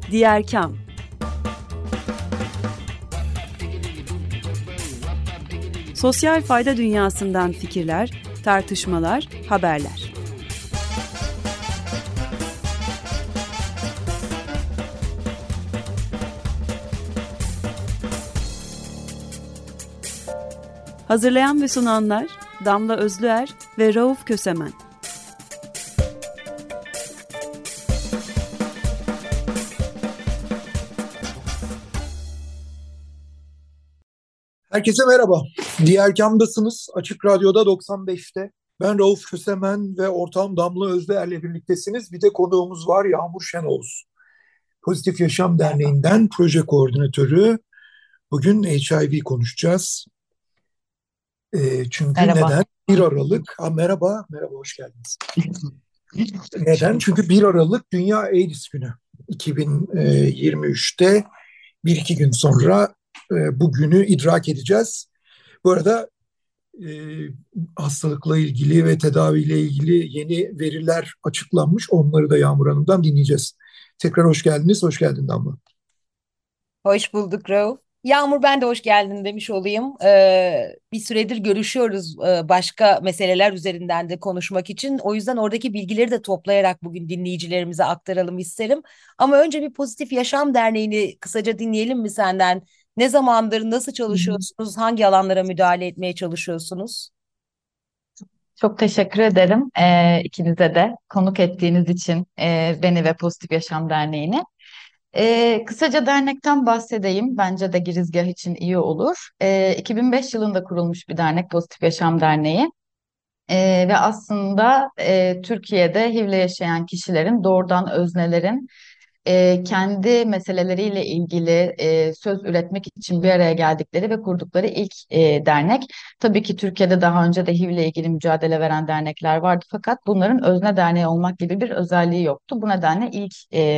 Diğer Kam. Sosyal fayda dünyasından fikirler, tartışmalar, haberler. Hazırlayan ve sunanlar Damla Özlüer ve Rauf Kösemen. Herkese merhaba. Diğer Kam'dasınız. Açık Radyo'da 95'te. Ben Rauf Kösemen ve ortağım Damla Özdeğer'le birliktesiniz. Bir de konuğumuz var, Yağmur Şenoğuz. Pozitif Yaşam Derneği'nden proje koordinatörü. Bugün HIV konuşacağız. Çünkü Merhaba. neden? 1 Aralık. Merhaba, hoş geldiniz. Neden? Çünkü 1 Aralık Dünya AIDS Günü. 2023'te bir iki gün sonra bu günü idrak edeceğiz. Bu arada hastalıkla ilgili ve tedaviyle ilgili yeni veriler açıklanmış. Onları da Yağmur Hanım'dan dinleyeceğiz. Tekrar hoş geldiniz. Hoş geldin Damla. Hoş bulduk Rauf. Yağmur, ben de hoş geldin demiş olayım. Bir süredir görüşüyoruz başka meseleler üzerinden de konuşmak için. O yüzden oradaki bilgileri de toplayarak bugün dinleyicilerimize aktaralım isterim. Ama önce bir Pozitif Yaşam Derneği'ni kısaca dinleyelim mi senden? Ne zamandır, nasıl çalışıyorsunuz, hangi alanlara müdahale etmeye çalışıyorsunuz? Çok teşekkür ederim ikinize de konuk ettiğiniz için beni ve Pozitif Yaşam Derneği'ni. Kısaca dernekten bahsedeyim. Bence de girizgah için iyi olur. 2005 yılında kurulmuş bir dernek, Pozitif Yaşam Derneği. Ve aslında Türkiye'de HIV'le yaşayan kişilerin, doğrudan öznelerin kendi meseleleriyle ilgili söz üretmek için bir araya geldikleri ve kurdukları ilk dernek. Tabii ki Türkiye'de daha önce de HIV'le ilgili mücadele veren dernekler vardı, fakat bunların özne derneği olmak gibi bir özelliği yoktu. Bu nedenle ilk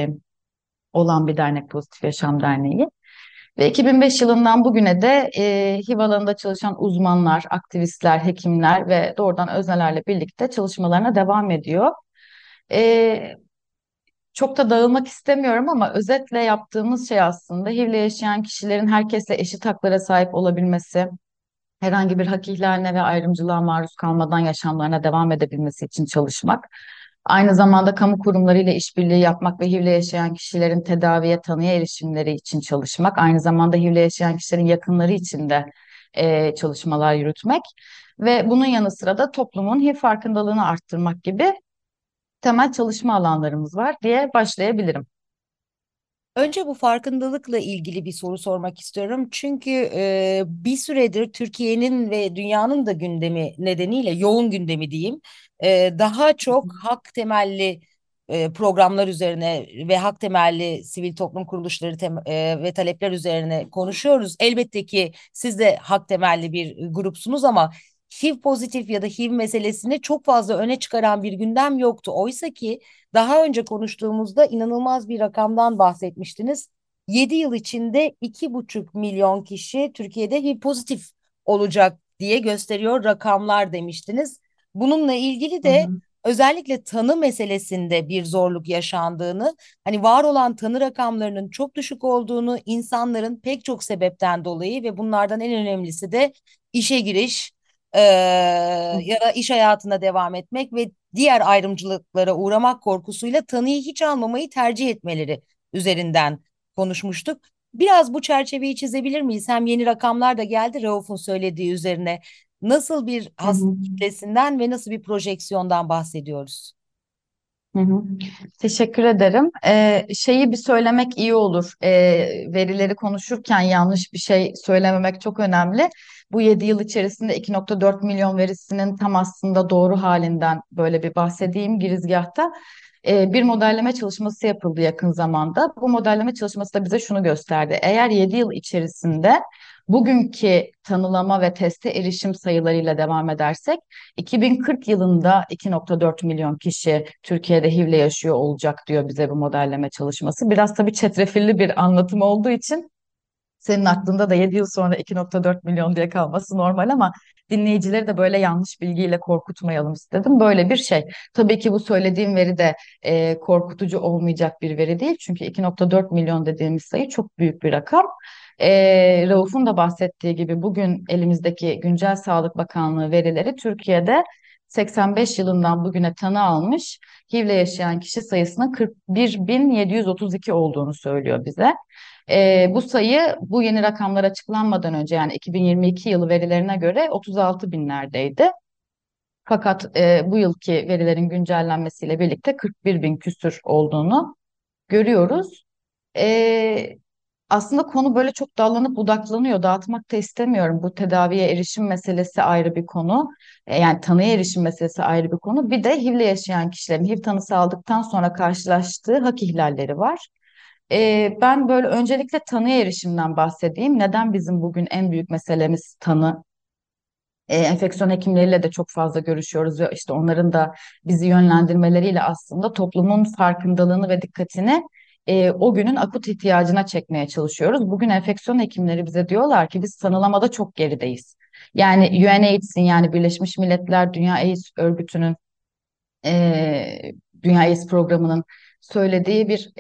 olan bir dernek Pozitif Yaşam Derneği. Ve 2005 yılından bugüne de HIV alanında çalışan uzmanlar, aktivistler, hekimler ve doğrudan öznelerle birlikte çalışmalarına devam ediyor. Çok da dağılmak istemiyorum ama özetle yaptığımız şey aslında HIV'le yaşayan kişilerin herkesle eşit haklara sahip olabilmesi, herhangi bir hak ihlaline ve ayrımcılığa maruz kalmadan yaşamlarına devam edebilmesi için çalışmak. Aynı zamanda kamu kurumlarıyla işbirliği yapmak ve HIV'le yaşayan kişilerin tedaviye, tanıya erişimleri için çalışmak. Aynı zamanda HIV'le yaşayan kişilerin yakınları için de çalışmalar yürütmek. Ve bunun yanı sıra da toplumun HIV farkındalığını arttırmak gibi temel çalışma alanlarımız var diye başlayabilirim. Önce bu farkındalıkla ilgili bir soru sormak istiyorum. Çünkü bir süredir Türkiye'nin ve dünyanın da gündemi nedeniyle, yoğun gündemi diyeyim, daha çok hak temelli programlar üzerine ve hak temelli sivil toplum kuruluşları ve talepler üzerine konuşuyoruz. Elbette ki siz de hak temelli bir grupsunuz ama HIV pozitif ya da HIV meselesini çok fazla öne çıkaran bir gündem yoktu. Oysa ki daha önce konuştuğumuzda inanılmaz bir rakamdan bahsetmiştiniz. 7 yıl içinde 2,5 milyon kişi Türkiye'de HIV pozitif olacak diye gösteriyor rakamlar demiştiniz. Bununla ilgili Hı de hı. özellikle tanı meselesinde bir zorluk yaşandığını, hani var olan tanı rakamlarının çok düşük olduğunu, insanların pek çok sebepten dolayı ve bunlardan en önemlisi de işe giriş, ya da iş hayatına devam etmek ve diğer ayrımcılıklara uğramak korkusuyla tanıyı hiç almamayı tercih etmeleri üzerinden konuşmuştuk. Biraz bu çerçeveyi çizebilir miyiz? Hem yeni rakamlar da geldi Rauf'un söylediği üzerine. Nasıl bir Hı hasta hı. kitlesinden ve nasıl bir projeksiyondan bahsediyoruz? Hı hı. Teşekkür ederim. Şeyi bir söylemek iyi olur. Verileri konuşurken yanlış bir şey söylememek çok önemli. Bu 7 yıl içerisinde 2,4 milyon verisinin tam aslında doğru halinden böyle bir bahsedeyim girizgahta. Bir modelleme çalışması yapıldı yakın zamanda. Bu modelleme çalışması da bize şunu gösterdi. Eğer 7 yıl içerisinde bugünkü tanılama ve teste erişim sayılarıyla devam edersek 2040 yılında 2,4 milyon kişi Türkiye'de HIV'le yaşıyor olacak diyor bize bu modelleme çalışması. Biraz tabii çetrefilli bir anlatım olduğu için Senin aklında da 7 yıl sonra 2,4 milyon diye kalması normal ama dinleyicileri de böyle yanlış bilgiyle korkutmayalım istedim. Böyle bir şey. Tabii ki bu söylediğim veri de korkutucu olmayacak bir veri değil. Çünkü 2,4 milyon dediğimiz sayı çok büyük bir rakam. Rauf'un da bahsettiği gibi bugün elimizdeki güncel Sağlık Bakanlığı verileri Türkiye'de 85 yılından bugüne tanı almış HIV'le yaşayan kişi sayısının 41.732 olduğunu söylüyor bize. Bu sayı bu yeni rakamlar açıklanmadan önce yani 2022 yılı verilerine göre 36 binlerdeydi. Fakat bu yılki verilerin güncellenmesiyle birlikte 41 bin küsür olduğunu görüyoruz. E, Aslında konu böyle çok dallanıp budaklanıyor. Dağıtmak da istemiyorum. Bu tedaviye erişim meselesi ayrı bir konu. Yani tanıya erişim meselesi ayrı bir konu. Bir de HIV'le yaşayan kişilerin HIV tanısı aldıktan sonra karşılaştığı hak ihlalleri var. Ben böyle öncelikle tanıya erişimden bahsedeyim. Neden bizim bugün en büyük meselemiz tanı? Enfeksiyon hekimleriyle de çok fazla görüşüyoruz ve işte onların da bizi yönlendirmeleriyle aslında toplumun farkındalığını ve dikkatini o günün akut ihtiyacına çekmeye çalışıyoruz. Bugün enfeksiyon hekimleri bize diyorlar ki biz tanılamada çok gerideyiz. Yani UNAIDS'in yani Birleşmiş Milletler Dünya AIDS Örgütü'nün Dünya AIDS programının söylediği bir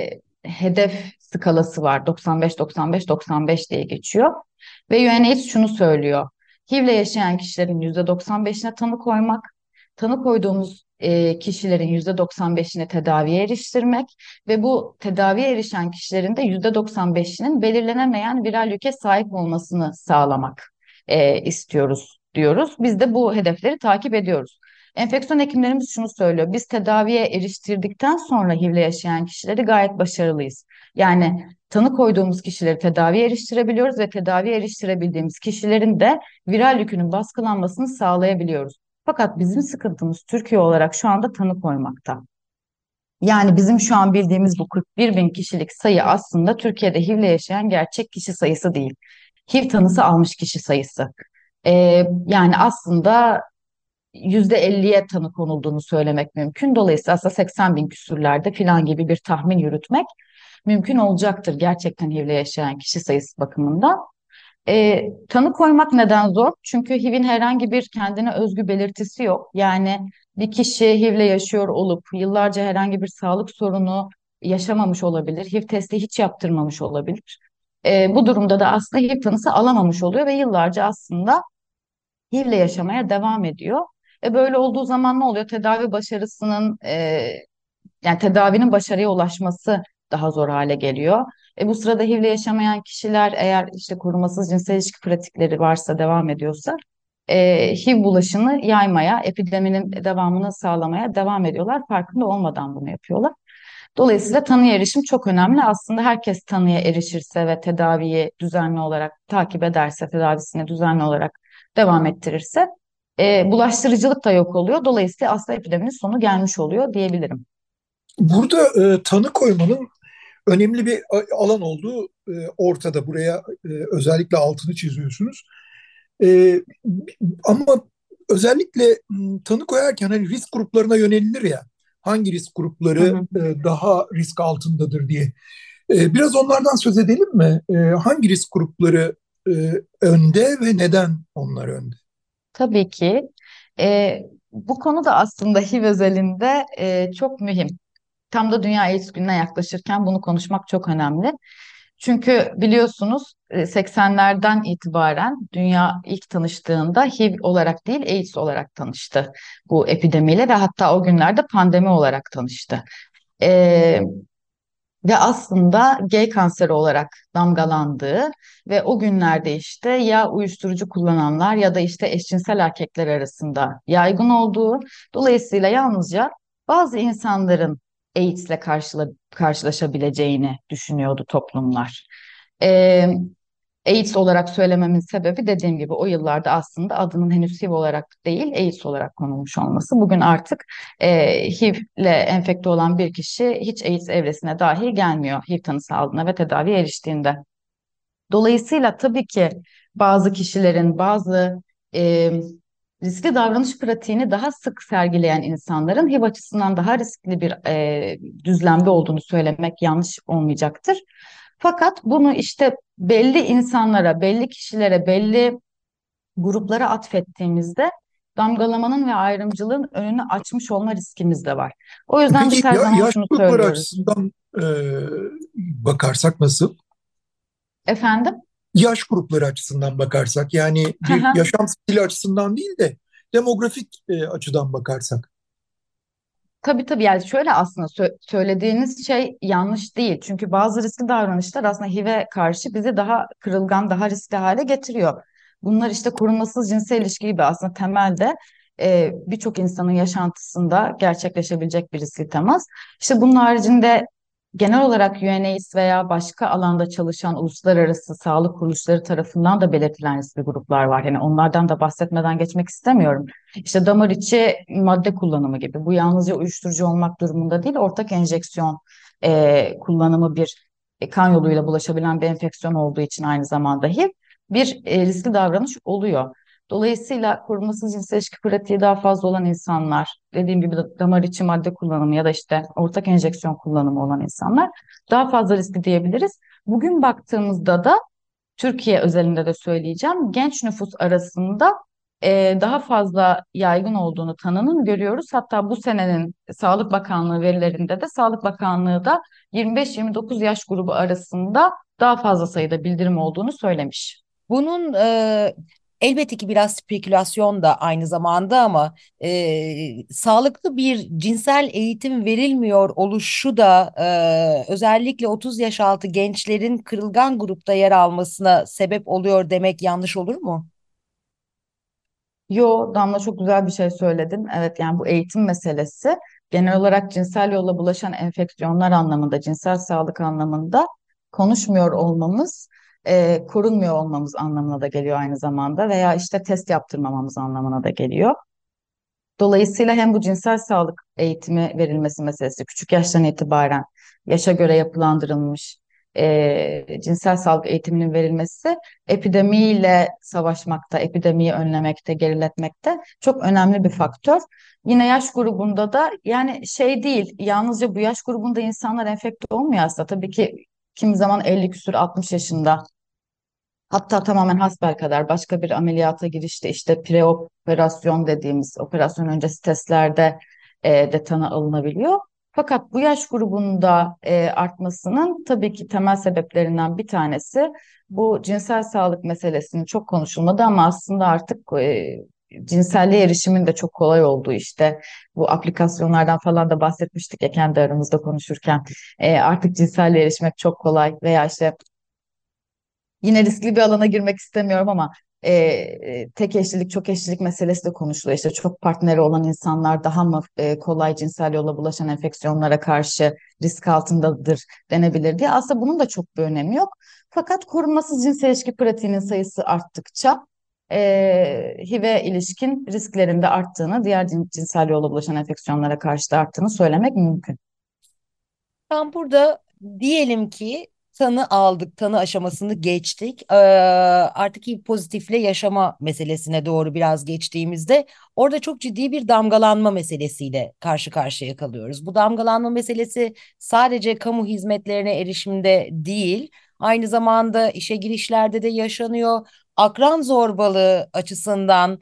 hedef skalası var. 95-95-95 diye geçiyor. Ve UNAIDS şunu söylüyor. HIV'le yaşayan kişilerin %95'ine tanı koymak, tanı koyduğumuz kişilerin %95'ine tedaviye eriştirmek ve bu tedaviye erişen kişilerin de %95'inin belirlenemeyen viral yüke sahip olmasını sağlamak istiyoruz diyoruz. Biz de bu hedefleri takip ediyoruz. Enfeksiyon hekimlerimiz şunu söylüyor. Biz tedaviye eriştirdikten sonra HIV'le yaşayan kişileri gayet başarılıyız. Yani tanı koyduğumuz kişileri tedaviye eriştirebiliyoruz ve tedaviye eriştirebildiğimiz kişilerin de viral yükünün baskılanmasını sağlayabiliyoruz. Fakat bizim sıkıntımız Türkiye olarak şu anda tanı koymakta. Yani bizim şu an bildiğimiz bu 41 bin kişilik sayı aslında Türkiye'de HIV'le yaşayan gerçek kişi sayısı değil. HIV tanısı almış kişi sayısı. Yani aslında %50'ye tanı konulduğunu söylemek mümkün. Dolayısıyla aslında 80 bin küsürlerde falan gibi bir tahmin yürütmek mümkün olacaktır gerçekten HIV'le yaşayan kişi sayısı bakımından. Tanı koymak neden zor? Çünkü HIV'in herhangi bir kendine özgü belirtisi yok. Yani bir kişi HIV'le yaşıyor olup yıllarca herhangi bir sağlık sorunu yaşamamış olabilir. HIV testi hiç yaptırmamış olabilir. Bu durumda da aslında HIV tanısı alamamış oluyor ve yıllarca aslında HIV'le yaşamaya devam ediyor. Böyle olduğu zaman ne oluyor? Tedavi başarısının yani tedavinin başarıya ulaşması daha zor hale geliyor. Bu sırada HIV'le yaşamayan kişiler eğer işte korumasız cinsel ilişki pratikleri varsa devam ediyorsa HIV bulaşını yaymaya, epideminin devamını sağlamaya devam ediyorlar. Farkında olmadan bunu yapıyorlar. Dolayısıyla tanıya erişim çok önemli. Aslında herkes tanıya erişirse ve tedaviyi düzenli olarak takip ederse, tedavisini düzenli olarak devam ettirirse bulaştırıcılık da yok oluyor. Dolayısıyla aslında epideminin sonu gelmiş oluyor diyebilirim. Burada tanı koymanın önemli bir alan olduğu ortada. Buraya özellikle altını çiziyorsunuz. E, Ama özellikle tanı koyarken hani risk gruplarına yönelilir ya. Hangi risk Hı grupları hı. daha risk altındadır diye. Biraz onlardan söz edelim mi? Hangi risk grupları e, önde ve neden onlar önde? Tabii ki. Bu konu da aslında HIV özelinde çok mühim. Tam da Dünya AIDS Günü'ne yaklaşırken bunu konuşmak çok önemli. Çünkü biliyorsunuz 80'lerden itibaren dünya ilk tanıştığında HIV olarak değil AIDS olarak tanıştı bu epidemiyle ve hatta o günlerde pandemi olarak tanıştı. E, Ve aslında gay kanseri olarak damgalandığı ve o günlerde işte ya uyuşturucu kullananlar ya da işte eşcinsel erkekler arasında yaygın olduğu, dolayısıyla yalnızca bazı insanların AIDS'le karşılaşabileceğini düşünüyordu toplumlar. Ee, AIDS olarak söylememin sebebi dediğim gibi o yıllarda aslında adının henüz HIV olarak değil AIDS olarak konulmuş olması. Bugün artık HIV ile enfekte olan bir kişi hiç AIDS evresine dahi gelmiyor HIV tanısı aldığında ve tedaviye eriştiğinde. Dolayısıyla tabii ki bazı kişilerin bazı e, riskli davranış pratiğini daha sık sergileyen insanların HIV açısından daha riskli bir düzlemde olduğunu söylemek yanlış olmayacaktır. Fakat bunu işte belli insanlara, belli kişilere, belli gruplara atfettiğimizde damgalamanın ve ayrımcılığın önünü açmış olma riskimiz de var. O yüzden Peki biz her zaman yaş şunu grupları söylüyoruz. açısından bakarsak nasıl? Efendim? Yaş grupları açısından bakarsak, yani bir yaşam stili açısından değil de demografik açıdan bakarsak. Tabii yani şöyle aslında söylediğiniz şey yanlış değil. Çünkü bazı riskli davranışlar aslında HIV'e karşı bizi daha kırılgan, daha riskli hale getiriyor. Bunlar işte korunmasız cinsel ilişki gibi aslında temelde birçok insanın yaşantısında gerçekleşebilecek bir riskli temas. İşte bunun haricinde genel olarak UNAIDS veya başka alanda çalışan uluslararası sağlık kuruluşları tarafından da belirtilen riskli gruplar var. Yani onlardan da bahsetmeden geçmek istemiyorum. İşte damar içi madde kullanımı gibi. Bu yalnızca uyuşturucu olmak durumunda değil, ortak enjeksiyon kullanımı bir kan yoluyla bulaşabilen bir enfeksiyon olduğu için aynı zamanda HIV bir riskli davranış oluyor. Dolayısıyla korunmasız cinsel ilişki pratiği daha fazla olan insanlar, dediğim gibi damar içi madde kullanımı ya da işte ortak enjeksiyon kullanımı olan insanlar daha fazla riskli diyebiliriz. Bugün baktığımızda da Türkiye özelinde de söyleyeceğim. Genç nüfus arasında daha fazla yaygın olduğunu tanının görüyoruz. Hatta bu senenin Sağlık Bakanlığı verilerinde de Sağlık Bakanlığı da 25-29 yaş grubu arasında daha fazla sayıda bildirim olduğunu söylemiş. Bunun elbette ki biraz spekülasyon da aynı zamanda ama sağlıklı bir cinsel eğitim verilmiyor oluşu da özellikle 30 yaş altı gençlerin kırılgan grupta yer almasına sebep oluyor demek yanlış olur mu? Yo, Damla çok güzel bir şey söyledin. Evet, yani bu eğitim meselesi genel olarak cinsel yolla bulaşan enfeksiyonlar anlamında, cinsel sağlık anlamında konuşmuyor olmamız, korunmuyor olmamız anlamına da geliyor aynı zamanda veya işte test yaptırmamamız anlamına da geliyor. Dolayısıyla hem bu cinsel sağlık eğitimi verilmesi meselesi küçük yaştan itibaren yaşa göre yapılandırılmış cinsel sağlık eğitiminin verilmesi epidemiyle savaşmakta, epidemiyi önlemekte, geriletmekte çok önemli bir faktör. Yine yaş grubunda da yani şey değil, yalnızca bu yaş grubunda insanlar enfekte olmuyor aslında. Tabii ki kimi zaman 50 küsur 60 yaşında hatta tamamen hasbelkader başka bir ameliyata girişte işte preoperasyon dediğimiz operasyon öncesi testlerde de tanı alınabiliyor. Fakat bu yaş grubunda artmasının tabii ki temel sebeplerinden bir tanesi bu cinsel sağlık meselesinin çok konuşulmadı ama aslında artık cinselliğe erişimin de çok kolay olduğu işte bu aplikasyonlardan falan da bahsetmiştik ya kendi aramızda konuşurken artık cinselliğe erişmek çok kolay veya işte yine riskli bir alana girmek istemiyorum ama tek eşlilik, çok eşlilik meselesi de konuşuluyor. İşte çok partneri olan insanlar daha mı kolay cinsel yolla bulaşan enfeksiyonlara karşı risk altındadır denebilir diye. Aslında bunun da çok bir önemi yok. Fakat korunmasız cinsel ilişki pratiğinin sayısı arttıkça HIV'e ilişkin risklerin de arttığını, diğer cinsel yolla bulaşan enfeksiyonlara karşı da arttığını söylemek mümkün. Tam burada diyelim ki tanı aldık, tanı aşamasını geçtik. Artık iyi pozitifle yaşama meselesine doğru biraz geçtiğimizde orada çok ciddi bir damgalanma meselesiyle karşı karşıya kalıyoruz. Bu damgalanma meselesi sadece kamu hizmetlerine erişimde değil, aynı zamanda işe girişlerde de yaşanıyor. Akran zorbalığı açısından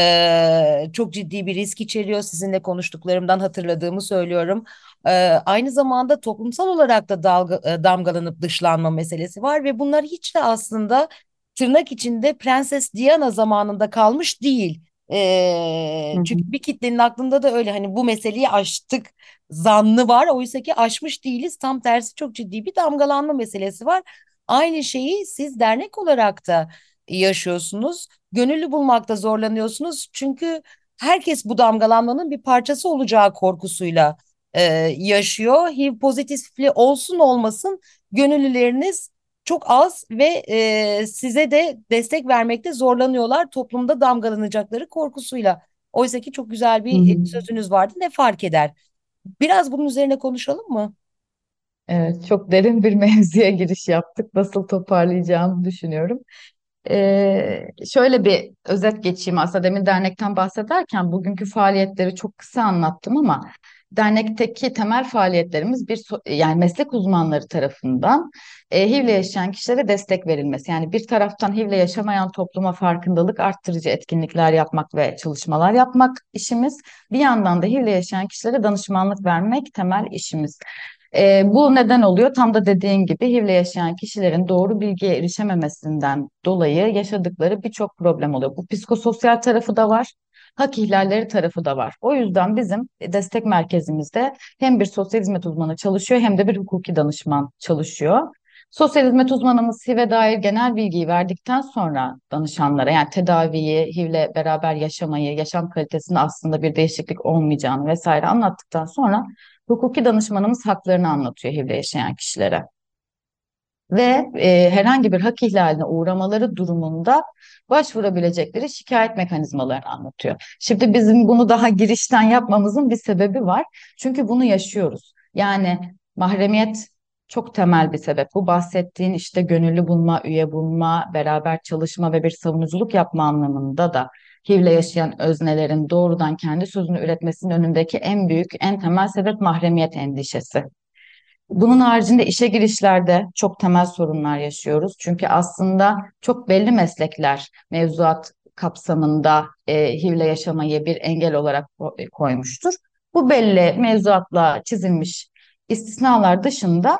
çok ciddi bir risk içeriyor. Sizinle konuştuklarımdan hatırladığımı söylüyorum. Aynı zamanda toplumsal olarak da damgalanıp dışlanma meselesi var ve bunlar hiç de aslında tırnak içinde Prenses Diana zamanında kalmış değil. Hı hı. Çünkü bir kitlenin aklında da öyle hani bu meseleyi aştık zannı var. Oysa ki aşmış değiliz. Tam tersi çok ciddi bir damgalanma meselesi var. Aynı şeyi siz dernek olarak da yaşıyorsunuz. Gönüllü bulmakta zorlanıyorsunuz. Çünkü herkes bu damgalanmanın bir parçası olacağı korkusuyla e, yaşıyor. HIV pozitifli olsun olmasın gönüllüleriniz çok az ve size de destek vermekte zorlanıyorlar toplumda damgalanacakları korkusuyla. Oysa ki çok güzel Hı bir hı. sözünüz vardı. Ne fark eder? Biraz bunun üzerine konuşalım mı? Evet, çok derin bir mevzuya giriş yaptık. Nasıl toparlayacağımı düşünüyorum. Şöyle bir özet geçeyim. Aslında demin dernekten bahsederken bugünkü faaliyetleri çok kısa anlattım ama dernekteki temel faaliyetlerimiz yani meslek uzmanları tarafından HIV'le yaşayan kişilere destek verilmesi. Yani bir taraftan HIV'le yaşamayan topluma farkındalık arttırıcı etkinlikler yapmak ve çalışmalar yapmak işimiz. Bir yandan da HIV'le yaşayan kişilere danışmanlık vermek temel işimiz. Bu neden oluyor? Tam da dediğin gibi HIV'le yaşayan kişilerin doğru bilgiye erişememesinden dolayı yaşadıkları birçok problem oluyor. Bu psikososyal tarafı da var, hak ihlalleri tarafı da var. O yüzden bizim destek merkezimizde hem bir sosyal hizmet uzmanı çalışıyor hem de bir hukuki danışman çalışıyor. Sosyal hizmet uzmanımız HIV'e dair genel bilgiyi verdikten sonra danışanlara, yani tedaviyi, HIV'le beraber yaşamayı, yaşam kalitesinde aslında bir değişiklik olmayacağını vesaire anlattıktan sonra hukuki danışmanımız haklarını anlatıyor HIV'le yaşayan kişilere. Ve herhangi bir hak ihlaline uğramaları durumunda başvurabilecekleri şikayet mekanizmalarını anlatıyor. Şimdi bizim bunu daha girişten yapmamızın bir sebebi var. Çünkü bunu yaşıyoruz. Yani mahremiyet çok temel bir sebep. Bu bahsettiğin işte gönüllü bulma, üye bulma, beraber çalışma ve bir savunuculuk yapma anlamında da HIV'le yaşayan öznelerin doğrudan kendi sözünü üretmesinin önündeki en büyük, en temel sebep mahremiyet endişesi. Bunun haricinde işe girişlerde çok temel sorunlar yaşıyoruz. Çünkü aslında çok belli meslekler mevzuat kapsamında HIV'le yaşamayı bir engel olarak koymuştur. Bu belli mevzuatla çizilmiş istisnalar dışında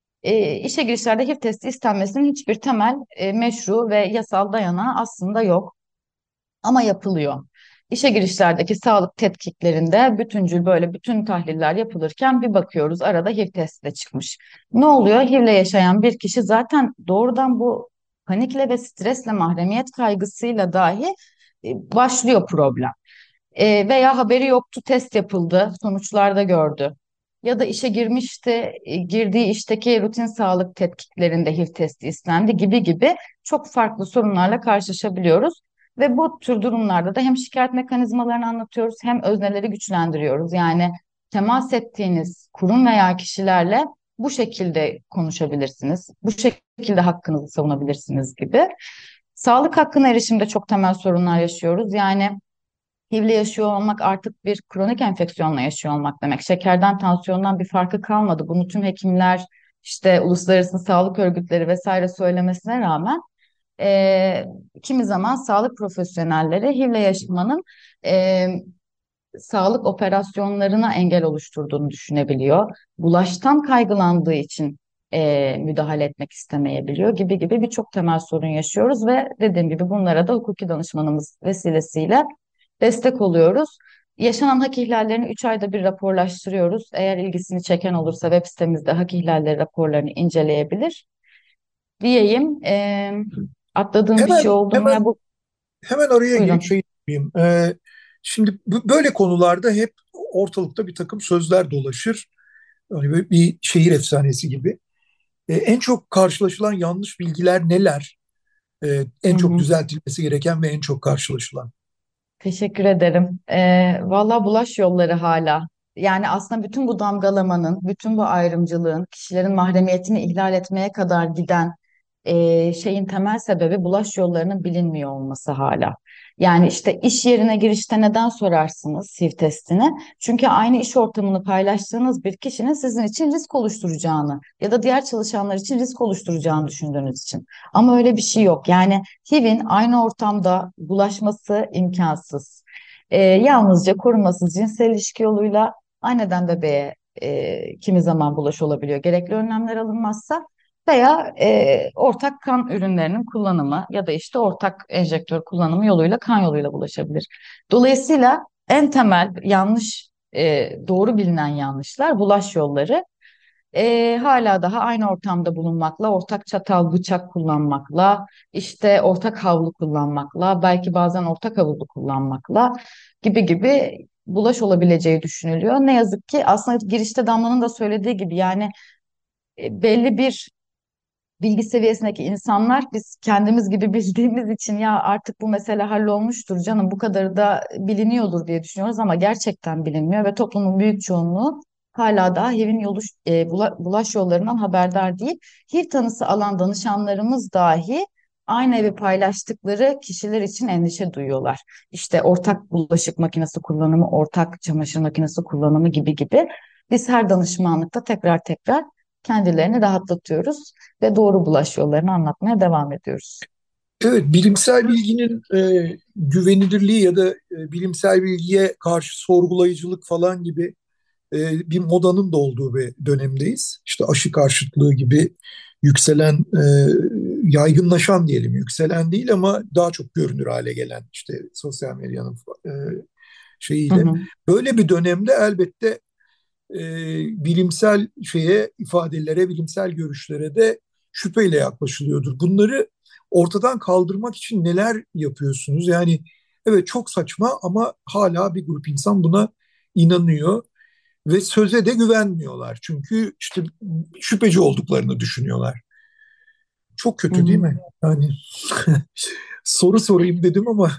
işe girişlerde HIV testi istenmesinin hiçbir temel meşru ve yasal dayanağı aslında yok. Ama yapılıyor. İşe girişlerdeki sağlık tetkiklerinde bütüncül böyle bütün tahliller yapılırken bir bakıyoruz arada HIV testi de çıkmış. Ne oluyor? HIV'le yaşayan bir kişi zaten doğrudan bu panikle ve stresle mahremiyet kaygısıyla dahi başlıyor problem. Veya haberi yoktu, test yapıldı, sonuçlarda gördü. Ya da işe girmişti, girdiği işteki rutin sağlık tetkiklerinde HIV testi istendi gibi gibi çok farklı sorunlarla karşılaşabiliyoruz. Ve bu tür durumlarda da hem şikayet mekanizmalarını anlatıyoruz hem özneleri güçlendiriyoruz. Yani temas ettiğiniz kurum veya kişilerle bu şekilde konuşabilirsiniz, bu şekilde hakkınızı savunabilirsiniz gibi. Sağlık hakkına erişimde çok temel sorunlar yaşıyoruz. Yani HIV'le yaşıyor olmak artık bir kronik enfeksiyonla yaşıyor olmak demek. Şekerden, tansiyondan bir farkı kalmadı. Bunu tüm hekimler, işte uluslararası sağlık örgütleri vesaire söylemesine rağmen e, kimi zaman sağlık profesyonelleri HIV'le yaşamanın e, sağlık operasyonlarına engel oluşturduğunu düşünebiliyor. Bulaştan kaygılandığı için müdahale etmek istemeyebiliyor gibi gibi birçok temel sorun yaşıyoruz ve dediğim gibi bunlara da hukuki danışmanımız vesilesiyle destek oluyoruz. Yaşanan hak ihlallerini 3 ayda bir raporlaştırıyoruz. Eğer ilgisini çeken olursa web sitemizde hak ihlalleri raporlarını inceleyebilir diyeyim. Atladığım bir şey Hemen oldu mu? hemen Ya bu hemen araya girip buyurun. şey yapayım. Şimdi böyle konularda hep ortalıkta bir takım sözler dolaşır. Hani böyle bir şehir efsanesi gibi. En çok karşılaşılan yanlış bilgiler neler? Hı En çok hı. düzeltilmesi gereken ve en çok karşılaşılan. Teşekkür ederim. Valla bulaş yolları hala. Yani aslında bütün bu damgalamanın, bütün bu ayrımcılığın, kişilerin mahremiyetini ihlal etmeye kadar giden şeyin temel sebebi bulaş yollarının bilinmiyor olması hala. Yani işte iş yerine girişte neden sorarsınız HIV testini? Çünkü aynı iş ortamını paylaştığınız bir kişinin sizin için risk oluşturacağını ya da diğer çalışanlar için risk oluşturacağını düşündüğünüz için. Ama öyle bir şey yok. Yani HIV'in aynı ortamda bulaşması imkansız. Yalnızca korumasız cinsel ilişki yoluyla anneden bebeğe kimi zaman bulaş olabiliyor. Gerekli önlemler alınmazsa veya ortak kan ürünlerinin kullanımı ya da işte ortak enjektör kullanımı yoluyla kan yoluyla bulaşabilir. Dolayısıyla en temel yanlış, doğru bilinen yanlışlar bulaş yolları. Hala daha aynı ortamda bulunmakla, ortak çatal, bıçak kullanmakla, işte ortak havlu kullanmakla, belki bazen ortak havlu kullanmakla gibi gibi bulaş olabileceği düşünülüyor. Ne yazık ki aslında girişte Damla'nın da söylediği gibi yani belli bir bilgi seviyesindeki insanlar biz kendimiz gibi bildiğimiz için ya artık bu mesele hallolmuştur canım bu kadarı da biliniyordur diye düşünüyoruz ama gerçekten bilinmiyor ve toplumun büyük çoğunluğu hala daha HIV'in bulaş yollarından haberdar değil. HIV tanısı alan danışanlarımız dahi aynı evi paylaştıkları kişiler için endişe duyuyorlar. İşte ortak bulaşık makinesi kullanımı, ortak çamaşır makinesi kullanımı gibi gibi. Biz her danışmanlıkta tekrar tekrar kendilerini rahatlatıyoruz ve doğru bulaş yollarını anlatmaya devam ediyoruz. Evet, bilimsel bilginin güvenilirliği ya da bilimsel bilgiye karşı sorgulayıcılık falan gibi bir modanın da olduğu bir dönemdeyiz. İşte aşı karşıtlığı gibi yükselen, yaygınlaşan diyelim, yükselen değil ama daha çok görünür hale gelen işte sosyal medyanın e, Hı şeyiyle. hı. Böyle bir dönemde elbette e, bilimsel ifadelere, bilimsel görüşlere de şüpheyle yaklaşılıyordur. Bunları ortadan kaldırmak için neler yapıyorsunuz? Yani evet, çok saçma ama hala bir grup insan buna inanıyor ve söze de güvenmiyorlar. Çünkü işte şüpheci olduklarını düşünüyorlar. Çok Hı kötü değil hı. mi? Yani soru sorayım dedim ama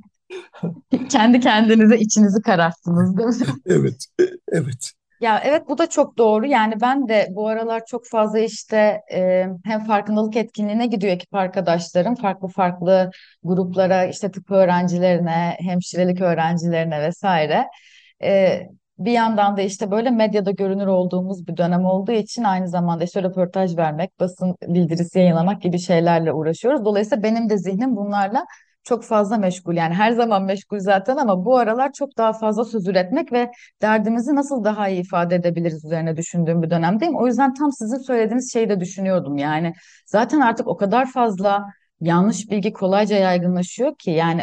Kendi kendinize içinizi kararttınız, değil mi? evet, evet. Ya evet, bu da çok doğru. Yani ben de bu aralar çok fazla işte hem farkındalık etkinliğine gidiyor ekip arkadaşlarım. Farklı farklı gruplara, işte tıp öğrencilerine, hemşirelik öğrencilerine vesaire. E, Bir yandan da işte böyle medyada görünür olduğumuz bir dönem olduğu için aynı zamanda işte röportaj vermek, basın bildirisi yayınlamak gibi şeylerle uğraşıyoruz. Dolayısıyla benim de zihnim bunlarla çok fazla meşgul. Yani her zaman meşgul zaten ama bu aralar çok daha fazla söz üretmek ve derdimizi nasıl daha iyi ifade edebiliriz üzerine düşündüğüm bir dönemdeyim. O yüzden tam sizin söylediğiniz şeyi de düşünüyordum. Yani zaten artık o kadar fazla yanlış bilgi kolayca yaygınlaşıyor ki yani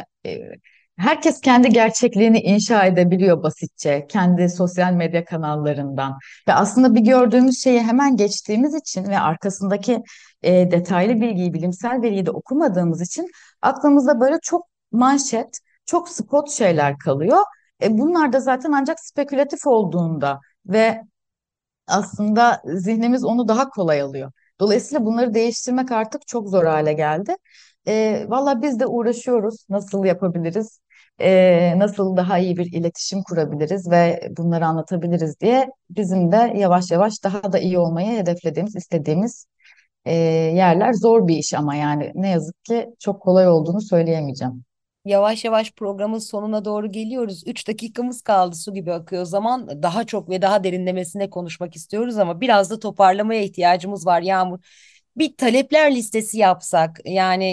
herkes kendi gerçekliğini inşa edebiliyor basitçe kendi sosyal medya kanallarından. Ve aslında bir gördüğümüz şeyi hemen geçtiğimiz için ve arkasındaki detaylı bilgiyi, bilimsel veriyi de okumadığımız için aklımızda böyle çok manşet, çok spot şeyler kalıyor. Bunlar da zaten ancak spekülatif olduğunda ve aslında zihnimiz onu daha kolay alıyor. Dolayısıyla bunları değiştirmek artık çok zor hale geldi. Valla biz de uğraşıyoruz. Nasıl yapabiliriz? Nasıl daha iyi bir iletişim kurabiliriz ve bunları anlatabiliriz diye bizim de yavaş yavaş daha da iyi olmayı hedeflediğimiz, istediğimiz yerler. Zor bir iş ama yani ne yazık ki çok kolay olduğunu söyleyemeyeceğim. Yavaş yavaş programın sonuna doğru geliyoruz. 3 dakikamız kaldı, su gibi akıyor zaman. Daha çok ve daha derinlemesine konuşmak istiyoruz ama biraz da toparlamaya ihtiyacımız var Yağmur. Bir talepler listesi yapsak, yani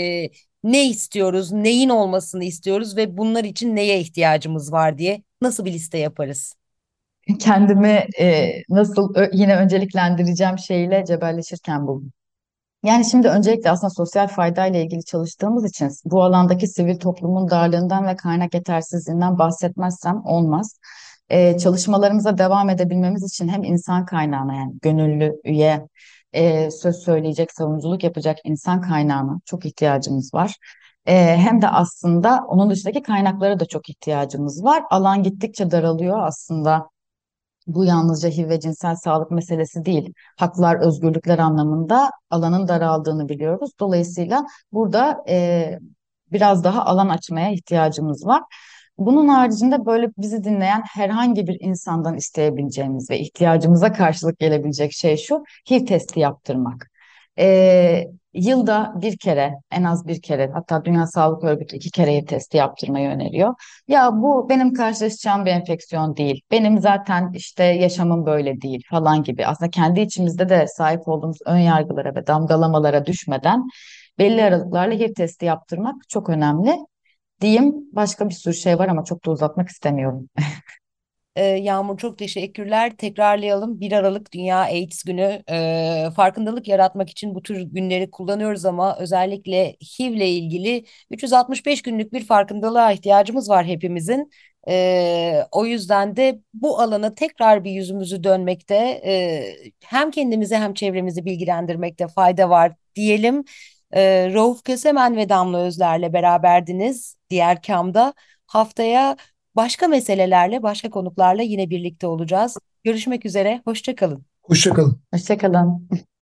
ne istiyoruz, neyin olmasını istiyoruz ve bunlar için neye ihtiyacımız var diye nasıl bir liste yaparız? Kendimi nasıl yine önceliklendireceğim şeyle cebelleşirken buldum. Yani şimdi öncelikle aslında sosyal faydayla ilgili çalıştığımız için bu alandaki sivil toplumun darlığından ve kaynak yetersizliğinden bahsetmezsem olmaz. Çalışmalarımıza devam edebilmemiz için hem insan kaynağına, yani gönüllü üye, söz söyleyecek, savunuculuk yapacak insan kaynağına çok ihtiyacımız var. Hem de aslında onun dışındaki kaynaklara da çok ihtiyacımız var. Alan gittikçe daralıyor aslında. Bu yalnızca HIV ve cinsel sağlık meselesi değil. Haklar, özgürlükler anlamında alanın daraldığını biliyoruz. Dolayısıyla burada biraz daha alan açmaya ihtiyacımız var. Bunun haricinde böyle bizi dinleyen herhangi bir insandan isteyebileceğimiz ve ihtiyacımıza karşılık gelebilecek şey şu: HIV testi yaptırmak. Yılda bir kere, en az bir kere, hatta Dünya Sağlık Örgütü 2 kere HIV testi yaptırmayı öneriyor. Ya bu benim karşılaşacağım bir enfeksiyon değil. Benim zaten işte yaşamım böyle değil falan gibi. Aslında kendi içimizde de sahip olduğumuz ön yargılara ve damgalamalara düşmeden belli aralıklarla HIV testi yaptırmak çok önemli diyeyim. Başka bir sürü şey var ama çok da uzatmak istemiyorum. Yağmur, çok teşekkürler. Tekrarlayalım. 1 Aralık Dünya AIDS Günü. Farkındalık yaratmak için bu tür günleri kullanıyoruz ama özellikle HIV ile ilgili 365 günlük bir farkındalığa ihtiyacımız var hepimizin. O yüzden de bu alana tekrar bir yüzümüzü dönmekte, hem kendimizi hem çevremizi bilgilendirmekte fayda var diyelim. Rauf Kösemen ve Damla Özler'le beraberdiniz diğer kamda. Haftaya başka meselelerle, başka konuklarla yine birlikte olacağız. Görüşmek üzere, hoşça kalın. Hoşça kalın. Hoşça kalın.